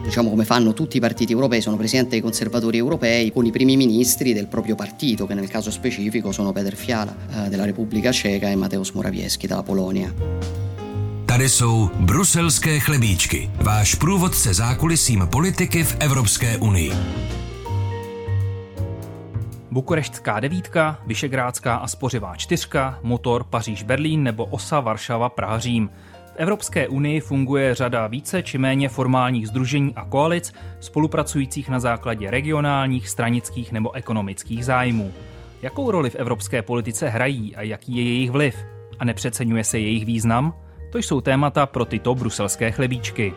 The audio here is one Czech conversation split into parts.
Diciamo come fanno tutti i partiti europei, sono presidente dei conservatori europei con i primi ministri del proprio partito, che nel caso specifico sono Petr Fiala della Repubblica Ceca e Mateusz Morawiecki della Polonia. Tady jsou bruselské chlebíčky, váš průvodce zákulisím politiky v Evropské unii. Bukureštská devítka, Visegrádská a spořivá čtyřka, motor Paříž-Berlín nebo osa Varšava-Praha-Řím. V Evropské unii funguje řada více či méně formálních sdružení a koalic, spolupracujících na základě regionálních, stranických nebo ekonomických zájmů. Jakou roli v evropské politice hrají a jaký je jejich vliv? A nepřeceňuje se jejich význam? To jsou témata pro tyto bruselské chlebíčky.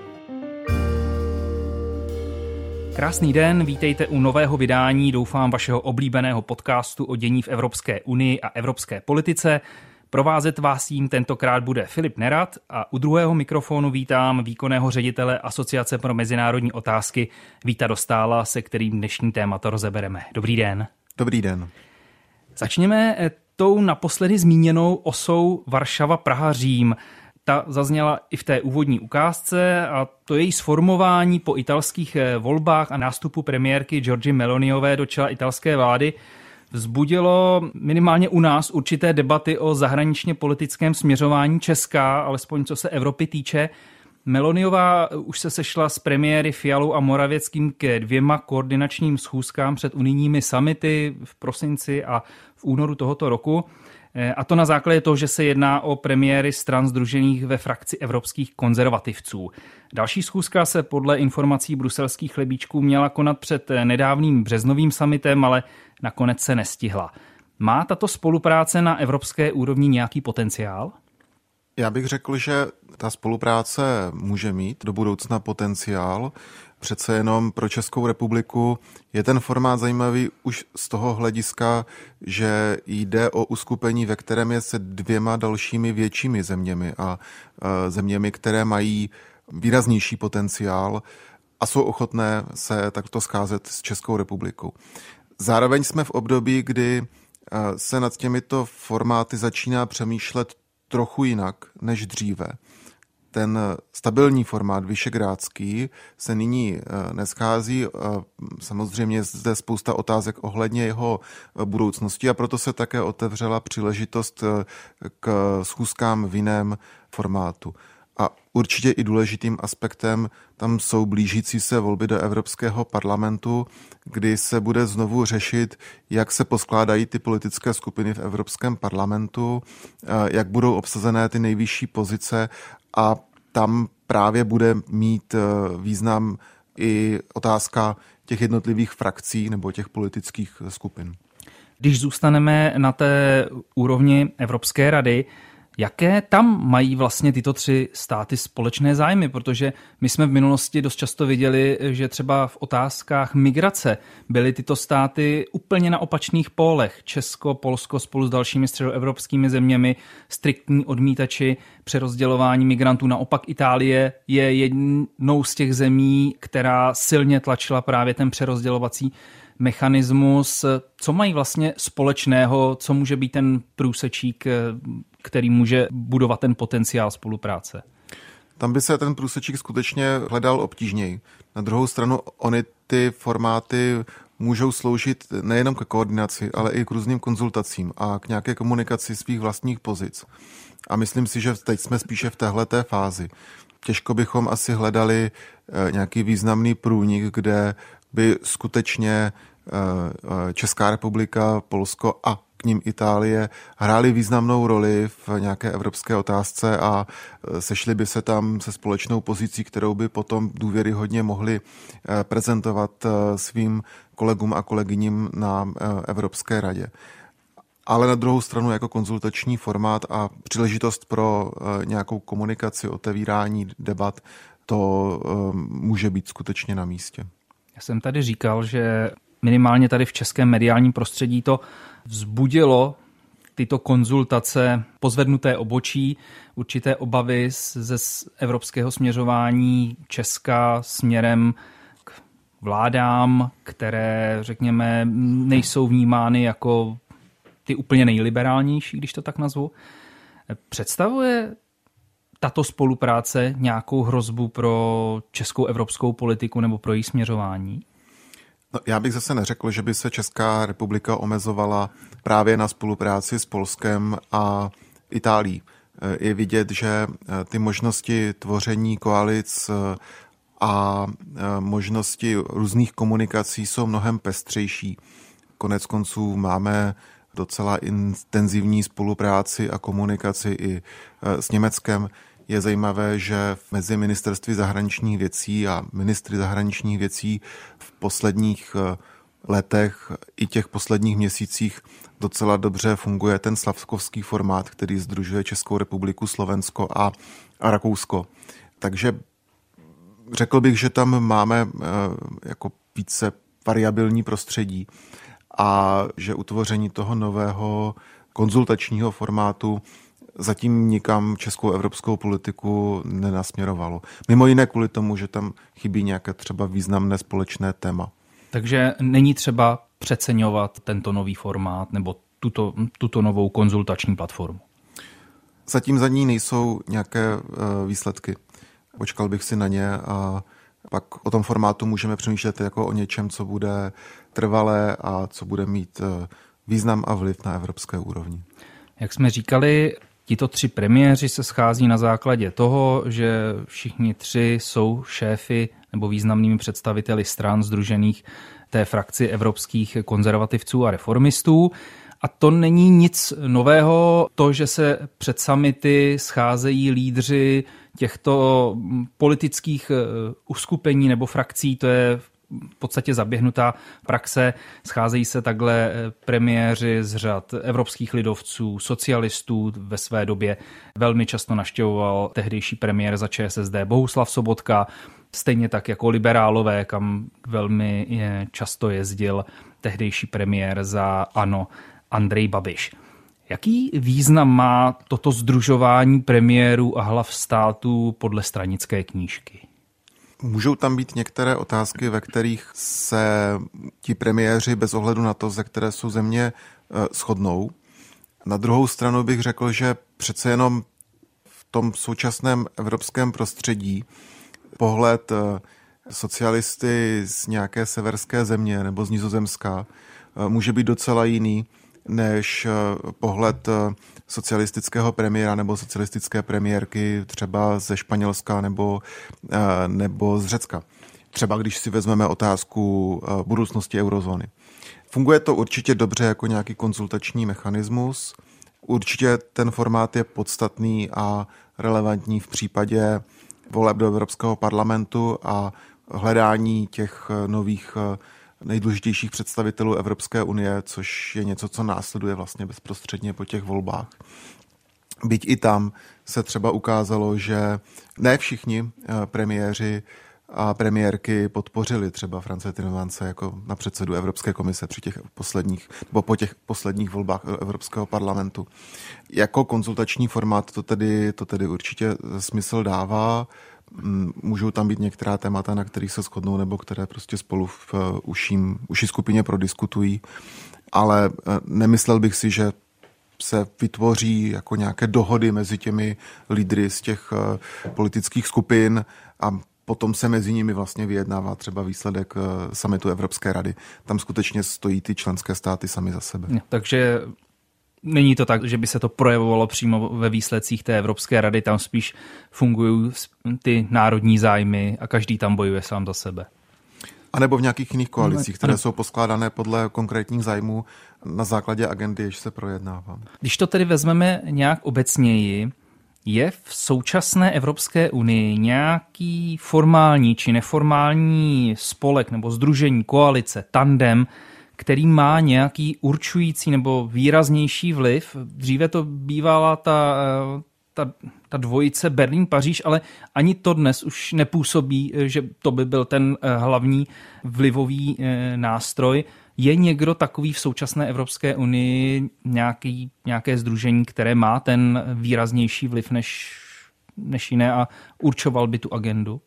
Krásný den, vítejte u nového vydání, doufám, vašeho oblíbeného podcastu o dění v Evropské unii a evropské politice. Provázet vás jím tentokrát bude Filip Nerad a u druhého mikrofonu vítám výkonného ředitele Asociace pro mezinárodní otázky Víta Dostála, se kterým dnešní témata rozebereme. Dobrý den. Dobrý den. Začněme tou naposledy zmíněnou osou Varšava-Praha-Řím. Ta zazněla i v té úvodní ukázce a to její sformování po italských volbách a nástupu premiérky Giorgie Meloniové do čela italské vlády vzbudilo minimálně u nás určité debaty o zahraničně politickém směřování Česka, alespoň co se Evropy týče. Meloniová už se sešla s premiéry Fialou a Morawieckým ke 2 koordinačním schůzkám před unijními summity v prosinci a v únoru tohoto roku. A to na základě toho, že se jedná o premiéry stran sdružených ve frakci evropských konzervativců. Další schůzka se podle informací bruselských chlebíčků měla konat před nedávným březnovým summitem, ale nakonec se nestihla. Má tato spolupráce na evropské úrovni nějaký potenciál? Já bych řekl, že ta spolupráce může mít do budoucna potenciál. Přece jenom pro Českou republiku je ten formát zajímavý už z toho hlediska, že jde o uskupení, ve kterém je se 2 dalšími většími zeměmi a zeměmi, které mají výraznější potenciál a jsou ochotné se takto scházet s Českou republikou. Zároveň jsme v období, kdy se nad těmito formáty začíná přemýšlet trochu jinak než dříve. Ten stabilní formát visegrádský se nyní neschází. Samozřejmě je zde spousta otázek ohledně jeho budoucnosti a proto se také otevřela příležitost k schůzkám v jiném formátu. A určitě i důležitým aspektem tam jsou blížící se volby do Evropského parlamentu, kdy se bude znovu řešit, jak se poskládají ty politické skupiny v Evropském parlamentu, jak budou obsazené ty nejvyšší pozice a tam právě bude mít význam i otázka těch jednotlivých frakcí nebo těch politických skupin. Když zůstaneme na té úrovni Evropské rady, jaké tam mají vlastně tyto 3 státy společné zájmy? Protože my jsme v minulosti dost často viděli, že třeba v otázkách migrace byly tyto státy úplně na opačných pólech. Česko, Polsko spolu s dalšími středoevropskými zeměmi, striktní odmítači přerozdělování migrantů. Naopak Itálie je jednou z těch zemí, která silně tlačila právě ten přerozdělovací mechanismus. Co mají vlastně společného, co může být ten průsečík, který může budovat ten potenciál spolupráce? Tam by se ten průsečík skutečně hledal obtížněji. Na druhou stranu ony ty formáty můžou sloužit nejenom ke koordinaci, ale i k různým konzultacím a k nějaké komunikaci svých vlastních pozic. A myslím si, že teď jsme spíše v téhleté fázi. Těžko bychom asi hledali nějaký významný průnik, kde by skutečně Česká republika, Polsko a k ním Itálie hrály významnou roli v nějaké evropské otázce a sešli by se tam se společnou pozicí, kterou by potom důvěryhodně mohli prezentovat svým kolegům a kolegyním na Evropské radě. Ale na druhou stranu jako konzultační formát a příležitost pro nějakou komunikaci, otevírání debat, to může být skutečně na místě. Já jsem tady říkal, že minimálně tady v českém mediálním prostředí to vzbudilo tyto konzultace, pozvednuté obočí, určité obavy ze evropského směřování Česka směrem k vládám, které, řekněme, nejsou vnímány jako ty úplně nejliberálnější, když to tak nazvu. Představuje tato spolupráce nějakou hrozbu pro českou evropskou politiku nebo pro její směřování? No, já bych zase neřekl, že by se Česká republika omezovala právě na spolupráci s Polskem a Itálií. Je vidět, že ty možnosti tvoření koalic a možnosti různých komunikací jsou mnohem pestřejší. Konec konců máme docela intenzivní spolupráci a komunikaci i s Německem. Je zajímavé, že mezi ministerství zahraničních věcí a ministry zahraničních věcí v posledních letech i těch posledních měsících docela dobře funguje ten slavkovský formát, který sdružuje Českou republiku, Slovensko a Rakousko. Takže řekl bych, že tam máme jako více variabilní prostředí a že utvoření toho nového konzultačního formátu zatím nikam českou evropskou politiku nenasměrovalo. Mimo jiné kvůli tomu, že tam chybí nějaké třeba významné společné téma. Takže není třeba přeceňovat tento nový formát nebo tuto novou konzultační platformu? Zatím za ní nejsou nějaké výsledky. Počkal bych si na ně a pak o tom formátu můžeme přemýšlet jako o něčem, co bude trvalé a co bude mít význam a vliv na evropské úrovni. Jak jsme říkali, tito 3 premiéři se schází na základě toho, že všichni 3 jsou šéfy nebo významnými představiteli stran sdružených té frakci evropských konzervativců a reformistů. A to není nic nového, to, že se před summity scházejí lídři těchto politických uskupení nebo frakcí, to je v podstatě zaběhnutá praxe. Scházejí se takhle premiéři z řad evropských lidovců, socialistů ve své době. Velmi často navštěvoval tehdejší premiér za ČSSD Bohuslav Sobotka, stejně tak jako liberálové, kam velmi často jezdil tehdejší premiér za ANO Andrej Babiš. Jaký význam má toto sdružování premiérů a hlav států podle stranické knížky? Můžou tam být některé otázky, ve kterých se ti premiéři bez ohledu na to, ze které jsou země, shodnou. Na druhou stranu bych řekl, že přece jenom v tom současném evropském prostředí pohled socialisty z nějaké severské země nebo z Nizozemska může být docela jiný než pohled socialistického premiéra nebo socialistické premiérky třeba ze Španělska nebo z Řecka. Třeba když si vezmeme otázku budoucnosti eurozóny. Funguje to určitě dobře jako nějaký konzultační mechanismus. Určitě ten formát je podstatný a relevantní v případě voleb do Evropského parlamentu a hledání těch nových nejdůležitějších představitelů Evropské unie, což je něco, co následuje vlastně bezprostředně po těch volbách. Byť i tam se třeba ukázalo, že ne všichni premiéři a premiérky podpořili třeba France Timmermanse jako na předsedu Evropské komise při těch posledních, nebo po těch posledních volbách Evropského parlamentu. Jako konzultační formát to tedy určitě smysl dává. Můžou tam být některá témata, na kterých se shodnou, nebo které prostě spolu v uší skupině prodiskutují, ale nemyslel bych si, že se vytvoří jako nějaké dohody mezi těmi lídry z těch politických skupin a potom se mezi nimi vlastně vyjednává třeba výsledek summitu Evropské rady. Tam skutečně stojí ty členské státy sami za sebe. Takže není to tak, že by se to projevovalo přímo ve výsledcích té Evropské rady, tam spíš fungují ty národní zájmy a každý tam bojuje sám za sebe. A nebo v nějakých jiných koalicích, které jsou poskládané podle konkrétních zájmů na základě agendy, jež se projednává. Když to tedy vezmeme nějak obecněji, je v současné Evropské unii nějaký formální či neformální spolek nebo sdružení, koalice, tandem, který má nějaký určující nebo výraznější vliv? Dříve to bývala ta dvojice Berlín-Paříž, ale ani to dnes už nepůsobí, že to by byl ten hlavní vlivový nástroj. Je někdo takový v současné Evropské unii, nějaké sdružení, které má ten výraznější vliv než jiné a určoval by tu agendu?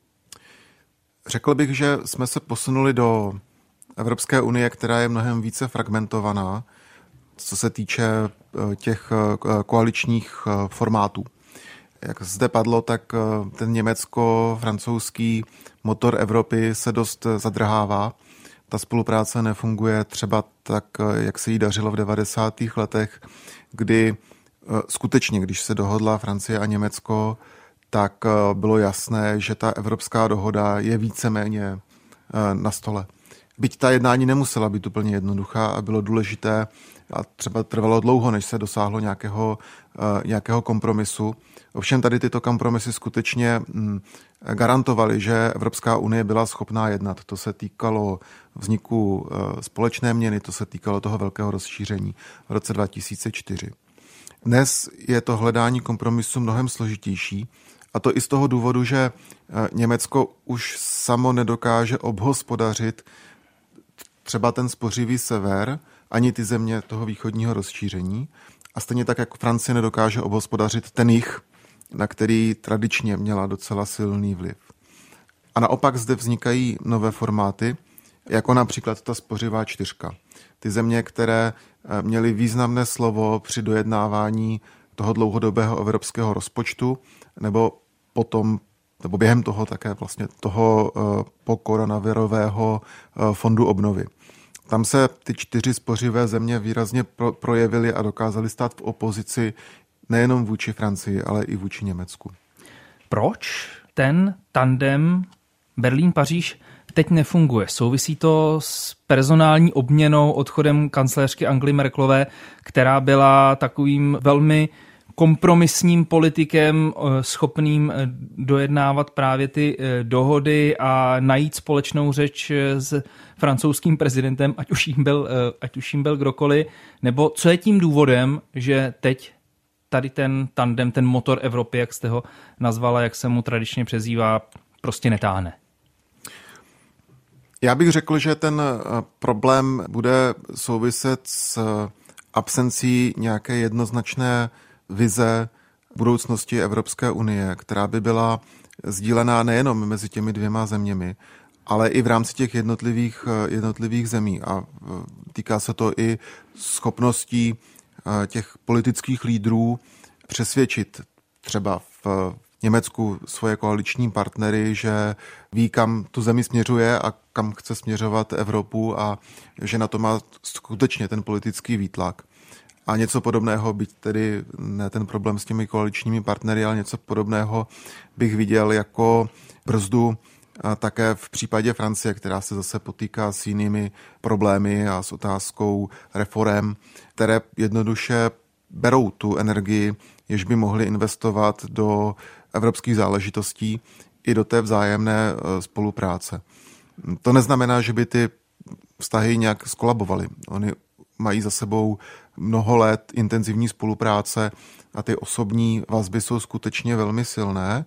Řekl bych, že jsme se posunuli do Evropské unie, která je mnohem více fragmentovaná, co se týče těch koaličních formátů. Jak zde padlo, tak ten německo-francouzský motor Evropy se dost zadrhává. Ta spolupráce nefunguje třeba tak, jak se jí dařilo v 90. letech, kdy skutečně, když se dohodla Francie a Německo, tak bylo jasné, že ta evropská dohoda je víceméně na stole. Byť ta jednání nemusela být úplně jednoduchá a bylo důležité a třeba trvalo dlouho, než se dosáhlo nějakého kompromisu. Ovšem tady tyto kompromisy skutečně garantovaly, že Evropská unie byla schopná jednat. To se týkalo vzniku společné měny, to se týkalo toho velkého rozšíření v roce 2004. Dnes je to hledání kompromisu mnohem složitější, a to i z toho důvodu, že Německo už samo nedokáže obhospodařit třeba ten spořivý sever, ani ty země toho východního rozšíření. A stejně tak, jako Francie nedokáže obhospodařit ten jih, na který tradičně měla docela silný vliv. A naopak zde vznikají nové formáty, jako například ta spořivá čtyřka. Ty země, které měly významné slovo při dojednávání toho dlouhodobého evropského rozpočtu, nebo během toho také vlastně toho pokoronavirového fondu obnovy. Tam se ty 4 spořivé země výrazně projevily a dokázaly stát v opozici nejenom vůči Francii, ale i vůči Německu. Proč ten tandem Berlín-Paříž teď nefunguje? Souvisí to s personální obměnou, odchodem kancléřky Angely Merkelové, která byla takovým velmi kompromisním politikem, schopným dojednávat právě ty dohody a najít společnou řeč s francouzským prezidentem, ať už jim byl kdokoliv, nebo co je tím důvodem, že teď tady ten tandem, ten motor Evropy, jak jste ho nazvala, jak se mu tradičně přezdívá, prostě netáhne? Já bych řekl, že ten problém bude souviset s absencí nějaké jednoznačné vize budoucnosti Evropské unie, která by byla sdílená nejenom mezi těmi 2 zeměmi, ale i v rámci těch jednotlivých zemí. A týká se to i schopností těch politických lídrů přesvědčit třeba v Německu svoje koaliční partnery, že ví, kam tu zemi směřuje a kam chce směřovat Evropu a že na to má skutečně ten politický výtlak. A něco podobného, byť tedy ne ten problém s těmi koaličními partnery, ale něco podobného bych viděl jako brzdu také v případě Francie, která se zase potýká s jinými problémy a s otázkou reforem, které jednoduše berou tu energii, jež by mohli investovat do evropských záležitostí i do té vzájemné spolupráce. To neznamená, že by ty vztahy nějak skolabovaly. Oni mají za sebou mnoho let intenzivní spolupráce a ty osobní vazby jsou skutečně velmi silné,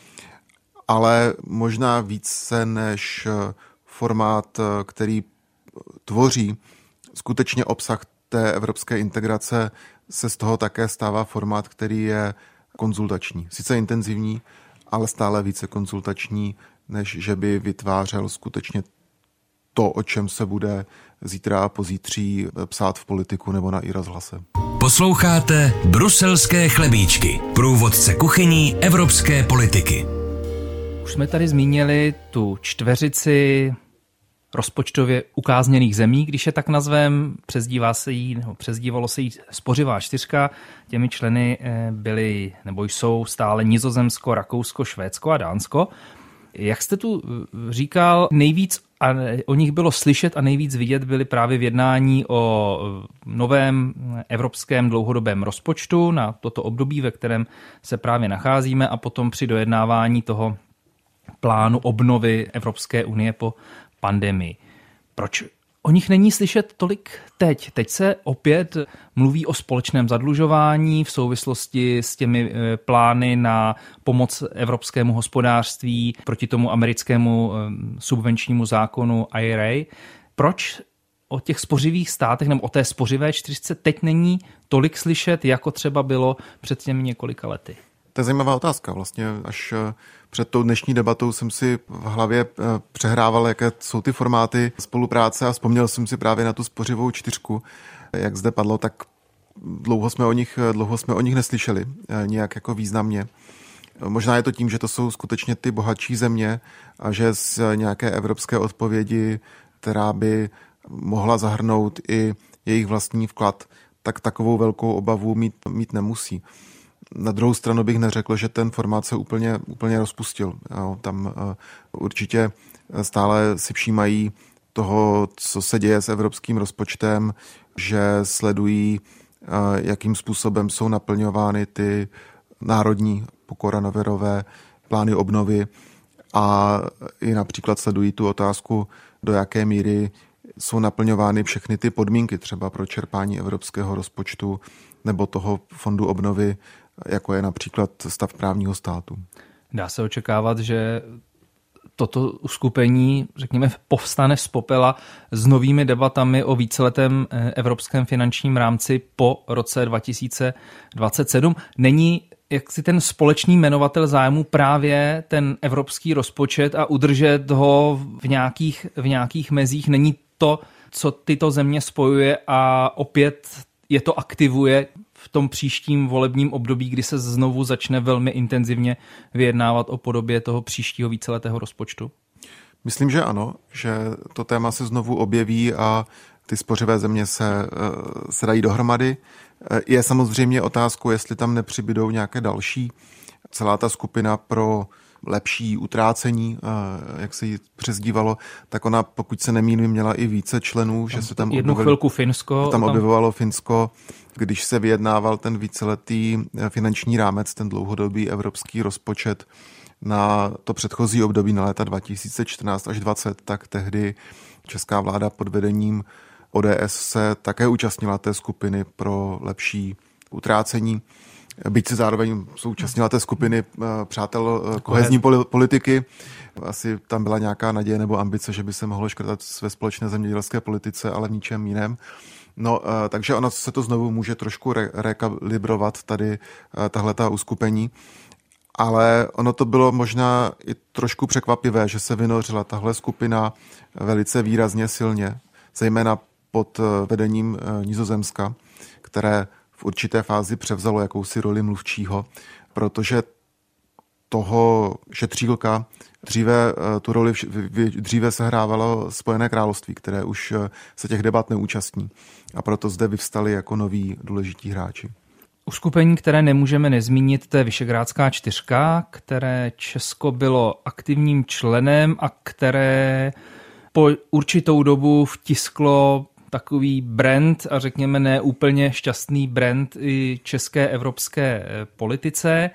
ale možná více než formát, který tvoří skutečně obsah té evropské integrace, se z toho také stává formát, který je konzultační. Sice intenzivní, ale stále více konzultační, než že by vytvářel skutečně to, o čem se bude zítra a pozítří psát v Politiku nebo na iRozhlase. Posloucháte Bruselské chlebíčky, průvodce kuchyní evropské politiky. Už jsme tady zmínili tu čtveřici rozpočtově ukázněných zemí, když je tak nazvem, přezdívalo se jí spořivá čtyřka. Těmi členy byly nebo jsou stále Nizozemsko, Rakousko, Švédsko a Dánsko. Jak jste tu říkal, nejvíc a o nich bylo slyšet a nejvíc vidět byly právě v jednání o novém evropském dlouhodobém rozpočtu na toto období, ve kterém se právě nacházíme, a potom při dojednávání toho plánu obnovy Evropské unie po pandemii. Proč o nich není slyšet tolik teď? Teď se opět mluví o společném zadlužování v souvislosti s těmi plány na pomoc evropskému hospodářství proti tomu americkému subvenčnímu zákonu IRA. Proč o těch spořivých státech nebo o té spořivé čtyřce teď není tolik slyšet, jako třeba bylo před těmi několika lety? To je zajímavá otázka. Vlastně až před tou dnešní debatou jsem si v hlavě přehrával, jaké jsou ty formáty spolupráce a vzpomněl jsem si právě na tu spořivou čtyřku. Jak zde padlo, tak dlouho jsme o nich neslyšeli, nějak jako významně. Možná je to tím, že to jsou skutečně ty bohatší země a že z nějaké evropské odpovědi, která by mohla zahrnout i jejich vlastní vklad, tak takovou velkou obavu mít nemusí. Na druhou stranu bych neřekl, že ten formát se úplně rozpustil. Jo, tam určitě stále si všímají toho, co se děje s evropským rozpočtem, že sledují, jakým způsobem jsou naplňovány ty národní pokoronavirové plány obnovy a i například sledují tu otázku, do jaké míry jsou naplňovány všechny ty podmínky třeba pro čerpání evropského rozpočtu nebo toho fondu obnovy, jako je například stav právního státu. Dá se očekávat, že toto uskupení, řekněme, povstane z popela s novými debatami o víceletém evropském finančním rámci po roce 2027. Není jaksi ten společný jmenovatel zájmu právě ten evropský rozpočet a udržet ho v nějakých mezích? Není to, co tyto země spojuje a opět je to aktivuje v tom příštím volebním období, kdy se znovu začne velmi intenzivně vyjednávat o podobě toho příštího víceletého rozpočtu? Myslím, že ano, že to téma se znovu objeví a ty spořivé země se dají dohromady. Je samozřejmě otázkou, jestli tam nepřibydou nějaké další. Celá ta skupina pro lepší utrácení, jak se jí přezdívalo, tak ona, pokud se nemýlím, měla i více členů, že se tam chvilku Finsko. Tam objevovalo Finsko, když se vyjednával ten víceletý finanční rámec, ten dlouhodobý evropský rozpočet na to předchozí období na léta 2014 až 2020, tak tehdy česká vláda pod vedením ODS se také účastnila té skupiny pro lepší utrácení. Byť se zároveň současnila té skupiny přátel kohezní politiky. Asi tam byla nějaká naděje nebo ambice, že by se mohlo škrtat ve společné zemědělské politice, ale v ničem jiném. No, takže ono se to znovu může trošku rekalibrovat tady tahleta uskupení. Ale ono to bylo možná i trošku překvapivé, že se vynořila tahle skupina velice výrazně silně, zejména pod vedením Nizozemska, které v určité fázi převzalo jakousi roli mluvčího, protože toho šetřílka dříve sehrávalo Spojené království, které už se těch debat neúčastní. A proto zde vyvstali jako noví důležití hráči. Uskupení, které nemůžeme nezmínit, to je Visegrádská čtyřka, které Česko bylo aktivním členem a které po určitou dobu vtisklo takový brand a řekněme ne úplně šťastný brand i české evropské politice.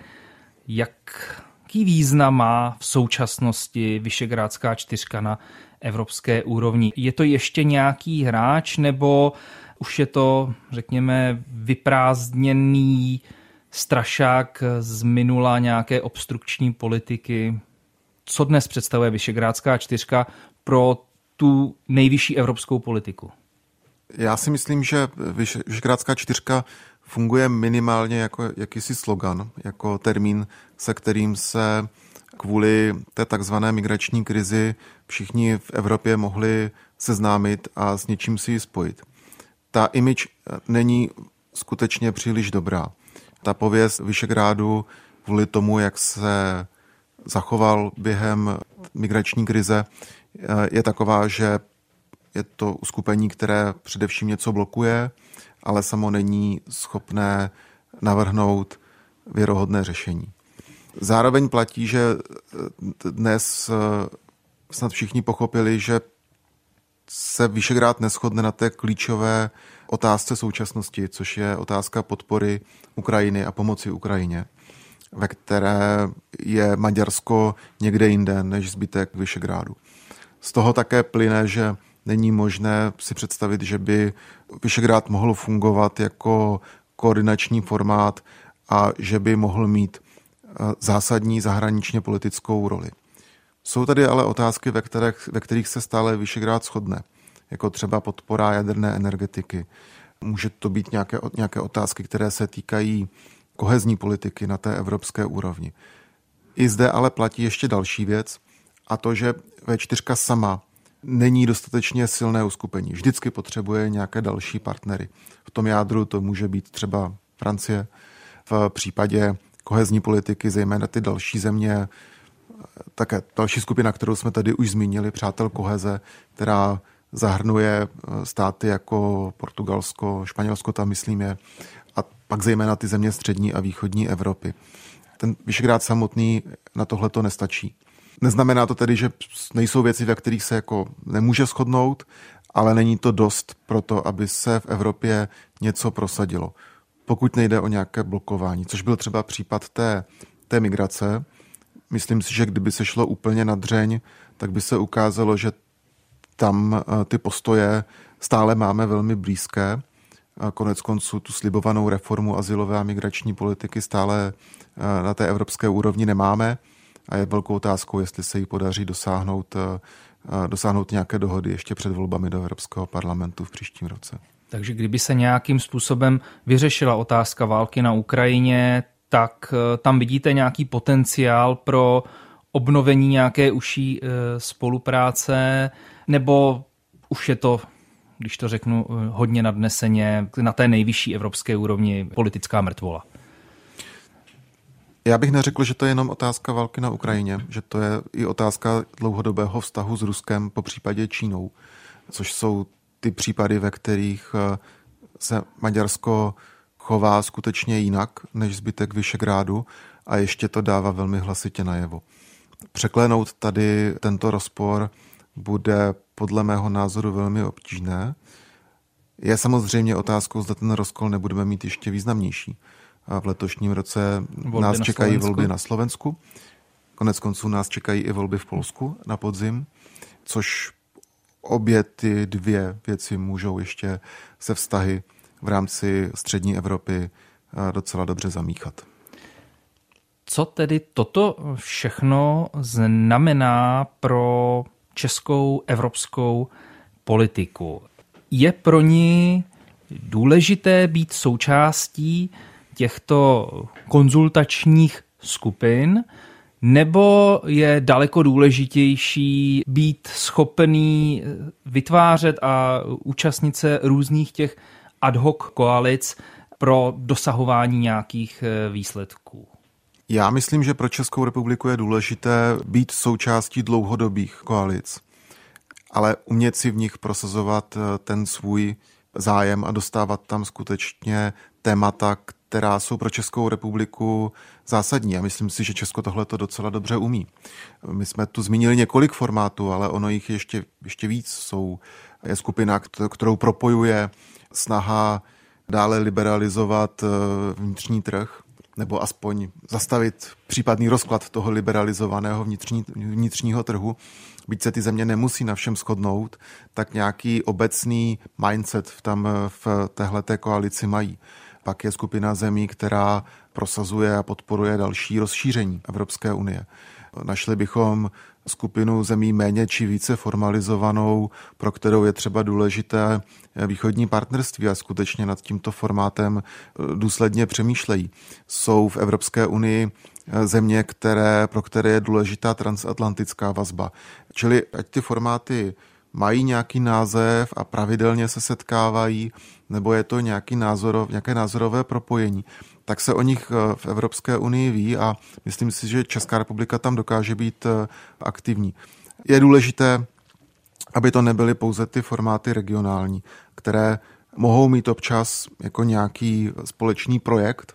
Jaký význam má v současnosti Visegrádská čtyřka na evropské úrovni? Je to ještě nějaký hráč nebo už je to, řekněme, vyprázdněný strašák z minula nějaké obstrukční politiky? Co dnes představuje Visegrádská čtyřka pro tu nejvyšší evropskou politiku? Já si myslím, že Visegrádská čtyřka funguje minimálně jako jakýsi slogan, jako termín, se kterým se kvůli té takzvané migrační krizi všichni v Evropě mohli seznámit a s něčím si ji spojit. Ta image není skutečně příliš dobrá. Ta pověst Visegrádu kvůli tomu, jak se zachoval během migrační krize, je taková, že je to uskupení, které především něco blokuje, ale samo není schopné navrhnout věrohodné řešení. Zároveň platí, že dnes snad všichni pochopili, že se Visegrád neshodne na té klíčové otázce současnosti, což je otázka podpory Ukrajiny a pomoci Ukrajině, ve které je Maďarsko někde jinde než zbytek Visegrádu. Z toho také plyne, že není možné si představit, že by Visegrád mohl fungovat jako koordinační formát a že by mohl mít zásadní zahraničně politickou roli. Jsou tady ale otázky, ve kterých se stále Visegrád shodne, jako třeba podpora jaderné energetiky. Může to být nějaké otázky, které se týkají kohezní politiky na té evropské úrovni. I zde ale platí ještě další věc, a to, že V4 sama není dostatečně silné uskupení. Vždycky potřebuje nějaké další partnery. V tom jádru to může být třeba Francie, v případě kohezní politiky, zejména ty další země, také další skupina, kterou jsme tady už zmínili, Přátel koheze, která zahrnuje státy jako Portugalsko, Španělsko, tam myslím je, a pak zejména ty země střední a východní Evropy. Ten Visegrád samotný na tohle to nestačí. Neznamená to tedy, že nejsou věci, ve kterých se jako nemůže shodnout, ale není to dost pro to, aby se v Evropě něco prosadilo. Pokud nejde o nějaké blokování, což byl třeba případ té migrace. Myslím si, že kdyby se šlo úplně na dřeň, tak by se ukázalo, že tam ty postoje stále máme velmi blízké. Konec konců tu slibovanou reformu azylové a migrační politiky stále na té evropské úrovni nemáme a je velkou otázkou, jestli se jí podaří dosáhnout nějaké dohody ještě před volbami do Evropského parlamentu v příštím roce. Takže kdyby se nějakým způsobem vyřešila otázka války na Ukrajině, tak tam vidíte nějaký potenciál pro obnovení nějaké užší spolupráce, nebo už je to, když to řeknu hodně nadneseně, na té nejvyšší evropské úrovni politická mrtvola? Já bych neřekl, že to je jenom otázka války na Ukrajině, že to je i otázka dlouhodobého vztahu s Ruskem, po případě Čínou, což jsou ty případy, ve kterých se Maďarsko chová skutečně jinak než zbytek Visegrádu a ještě to dává velmi hlasitě najevo. Překlenout tady tento rozpor bude podle mého názoru velmi obtížné. Je samozřejmě otázkou, zda ten rozkol nebudeme mít ještě významnější. A v letošním roce nás čekají volby na Slovensku. Konec konců nás čekají i volby v Polsku na podzim, což obě ty dvě věci můžou ještě se vztahy v rámci střední Evropy docela dobře zamíchat. Co tedy toto všechno znamená pro českou evropskou politiku? Je pro ní důležité být součástí těchto konzultačních skupin, nebo je daleko důležitější být schopný vytvářet a účastnit se různých těch ad hoc koalic pro dosahování nějakých výsledků? Já myslím, že pro Českou republiku je důležité být součástí dlouhodobých koalic, ale umět si v nich prosazovat ten svůj zájem a dostávat tam skutečně témata, která jsou pro Českou republiku zásadní. A myslím si, že Česko tohle to docela dobře umí. My jsme tu zmínili několik formátů, ale ono jich ještě víc. Je skupina, kterou propojuje snaha dále liberalizovat vnitřní trh, nebo aspoň zastavit případný rozklad toho liberalizovaného vnitřního trhu. Byť se ty země nemusí na všem shodnout, tak nějaký obecný mindset v téhleté koalici mají. Pak je skupina zemí, která prosazuje a podporuje další rozšíření Evropské unie. Našli bychom skupinu zemí méně či více formalizovanou, pro kterou je třeba důležité východní partnerství a skutečně nad tímto formátem důsledně přemýšlejí. Jsou v Evropské unii země, pro které je důležitá transatlantická vazba. Čili ať ty formáty mají nějaký název a pravidelně se setkávají, nebo je to nějaké názorové propojení, tak se o nich v Evropské unii ví a myslím si, že Česká republika tam dokáže být aktivní. Je důležité, aby to nebyly pouze ty formáty regionální, které mohou mít občas jako nějaký společný projekt,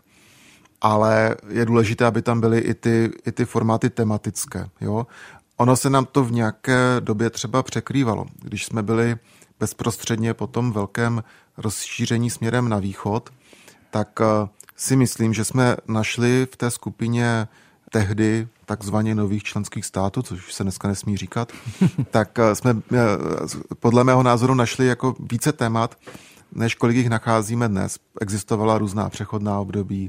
ale je důležité, aby tam byly i ty formáty tematické. Jo? Ono se nám to v nějaké době třeba překrývalo. Když jsme byli bezprostředně po tom velkém rozšíření směrem na východ, tak si myslím, že jsme našli v té skupině tehdy takzvaně nových členských států, což se dneska nesmí říkat, tak jsme podle mého názoru našli jako více témat, než kolik jich nacházíme dnes. Existovala různá přechodná období,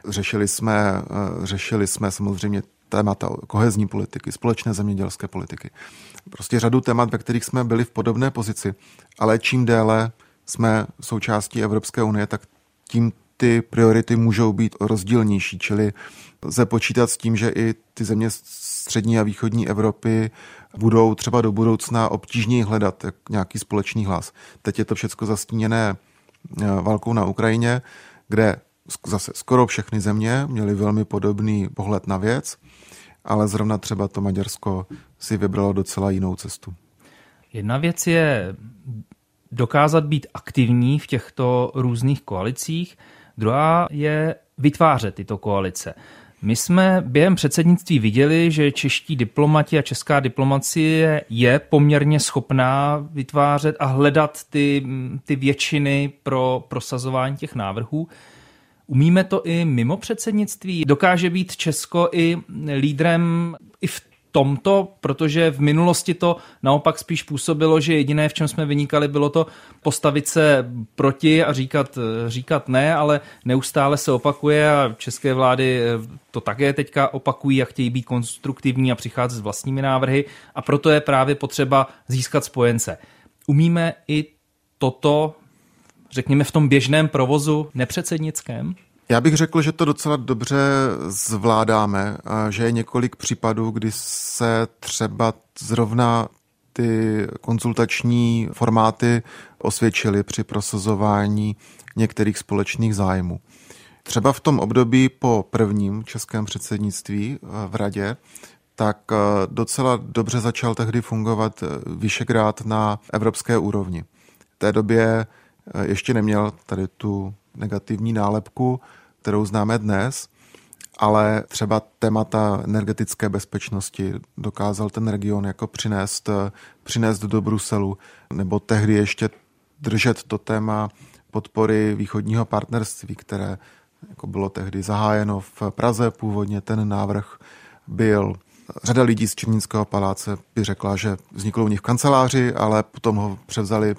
řešili jsme samozřejmě témata kohezní politiky, společné zemědělské politiky. Prostě řadu témat, ve kterých jsme byli v podobné pozici, ale čím déle jsme součástí Evropské unie, tak tím ty priority můžou být rozdílnější, čili lze počítat s tím, že i ty země střední a východní Evropy budou třeba do budoucna obtížněji hledat nějaký společný hlas. Teď je to všechno zastíněné válkou na Ukrajině, kde zase skoro všechny země měly velmi podobný pohled na věc, ale zrovna třeba to Maďarsko si vybralo docela jinou cestu. Jedna věc je dokázat být aktivní v těchto různých koalicích, druhá je vytvářet tyto koalice. My jsme během předsednictví viděli, že čeští diplomati a česká diplomacie je poměrně schopná vytvářet a hledat ty většiny pro prosazování těch návrhů. Umíme to i mimo předsednictví? Dokáže být Česko i lídrem i v tomto, protože v minulosti to naopak spíš působilo, že jediné, v čem jsme vynikali, bylo to postavit se proti a říkat ne, ale neustále se opakuje a české vlády to také teďka opakují a chtějí být konstruktivní a přicházet s vlastními návrhy a proto je právě potřeba získat spojence. Umíme i toto, řekněme, v tom běžném provozu nepředsednickém? Já bych řekl, že to docela dobře zvládáme, že je několik případů, kdy se třeba zrovna ty konzultační formáty osvědčily při prosazování některých společných zájmů. Třeba v tom období po prvním českém předsednictví v Radě, tak docela dobře začal tehdy fungovat Visegrád na evropské úrovni. V té době ještě neměl tady tu negativní nálepku, kterou známe dnes, ale třeba témata energetické bezpečnosti dokázal ten region jako přinést do Bruselu, nebo tehdy ještě držet to téma podpory východního partnerství, které jako bylo tehdy zahájeno v Praze. Původně ten návrh byl. Řada lidí z Černínského paláce by řekla, že vzniklo u nich v kanceláři, ale potom ho převzali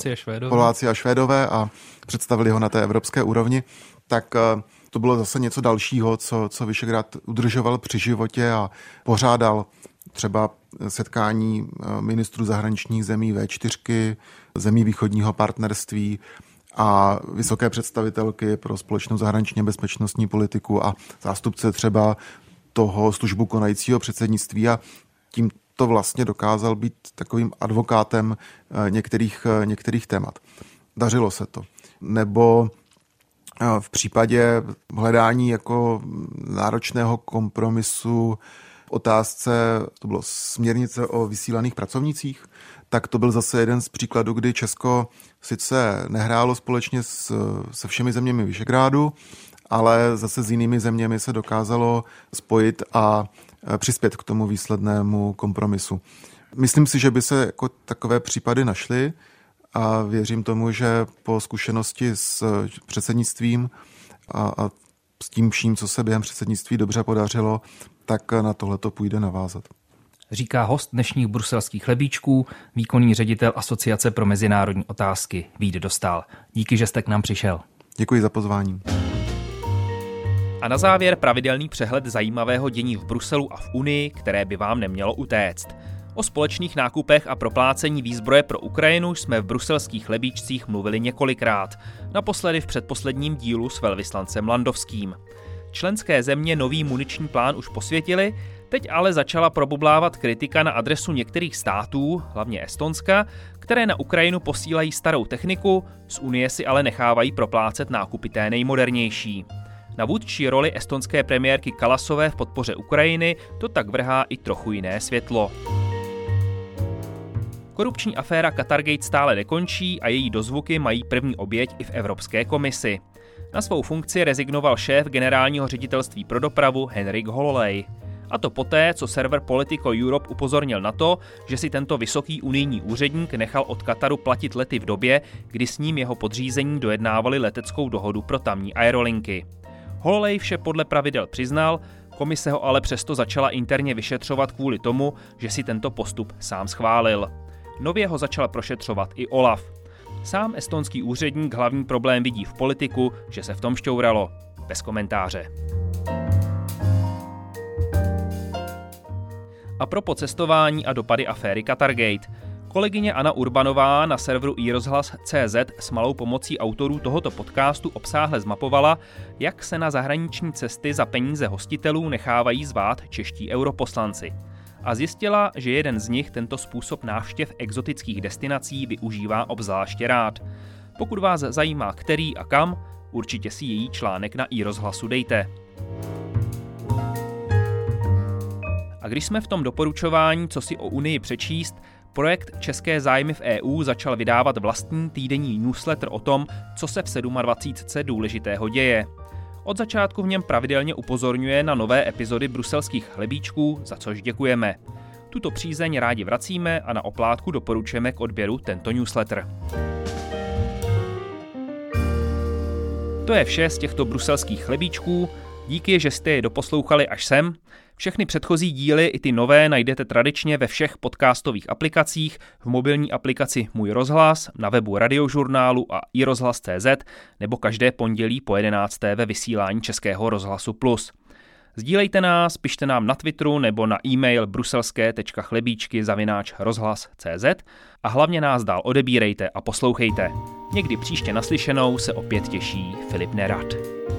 Poláci a Švédové a představili ho na té evropské úrovni. Tak to bylo zase něco dalšího, co Visegrád udržoval při životě a pořádal třeba setkání ministrů zahraničních zemí V4, zemí východního partnerství a vysoké představitelky pro společnou zahraničně bezpečnostní politiku a zástupce třeba toho službu konajícího předsednictví a tím to vlastně dokázal být takovým advokátem některých témat. Dařilo se to. Nebo v případě hledání jako náročného kompromisu v otázce, to bylo směrnice o vysílaných pracovnících, tak to byl zase jeden z příkladů, kdy Česko sice nehrálo společně se všemi zeměmi Visegrádu, ale zase s jinými zeměmi se dokázalo spojit a přispět k tomu výslednému kompromisu. Myslím si, že by se jako takové případy našly a věřím tomu, že po zkušenosti s předsednictvím a s tím vším, co se během předsednictví dobře podařilo, tak na tohle to půjde navázat. Říká host dnešních bruselských chlebíčků, výkonný ředitel Asociace pro mezinárodní otázky Vít Dostál. Díky, že jste k nám přišel. Děkuji za pozvání. A na závěr pravidelný přehled zajímavého dění v Bruselu a v Unii, které by vám nemělo utéct. O společných nákupech a proplácení výzbroje pro Ukrajinu jsme v bruselských chlebíčcích mluvili několikrát, naposledy v předposledním dílu s velvyslancem Landovským. Členské země nový muniční plán už posvětili, teď ale začala probublávat kritika na adresu některých států, hlavně Estonska, které na Ukrajinu posílají starou techniku, z Unie si ale nechávají proplácet nákupy té nejmodernější. Na vůdčí roli estonské premiérky Kalasové v podpoře Ukrajiny to tak vrhá i trochu jiné světlo. Korupční aféra Qatargate stále nekončí a její dozvuky mají první oběť i v Evropské komisi. Na svou funkci rezignoval šéf generálního ředitelství pro dopravu Henrik Holloway. A to poté, co server Politico Europe upozornil na to, že si tento vysoký unijní úředník nechal od Kataru platit lety v době, kdy s ním jeho podřízení dojednávali leteckou dohodu pro tamní aerolinky. Holloway vše podle pravidel přiznal, komise ho ale přesto začala interně vyšetřovat kvůli tomu, že si tento postup sám schválil. Nově ho začal prošetřovat i OLAF. Sám estonský úředník hlavní problém vidí v politiku, že se v tom šťouralo. Bez komentáře. A pro cestování a dopady aféry Qatargate. Kolegyně Anna Urbanová na serveru iRozhlas.cz s malou pomocí autorů tohoto podcastu obsáhle zmapovala, jak se na zahraniční cesty za peníze hostitelů nechávají zvát čeští europoslanci. A zjistila, že jeden z nich tento způsob návštěv exotických destinací využívá obzvláště rád. Pokud vás zajímá který a kam, Určitě si její článek na iRozhlasu dejte. A když jsme v tom doporučování, co si o Unii přečíst, projekt České zájmy v EU začal vydávat vlastní týdenní newsletter o tom, co se v 27. důležitého děje. Od začátku v něm pravidelně upozorňuje na nové epizody bruselských chlebíčků, za což děkujeme. Tuto přízeň rádi vracíme a na oplátku doporučujeme k odběru tento newsletter. To je vše z těchto bruselských chlebíčků. Díky, že jste je doposlouchali až sem. Všechny předchozí díly i ty nové najdete tradičně ve všech podcastových aplikacích, v mobilní aplikaci Můj rozhlas, na webu Radiožurnálu a iRozhlas.cz nebo každé pondělí po 11. ve vysílání Českého rozhlasu Plus. Sdílejte nás, pište nám na Twitteru nebo na e-mail bruselské.chlebíčky@rozhlas.cz a hlavně nás dál odebírejte a poslouchejte. Někdy příště naslyšenou se opět těší Filip Nerad.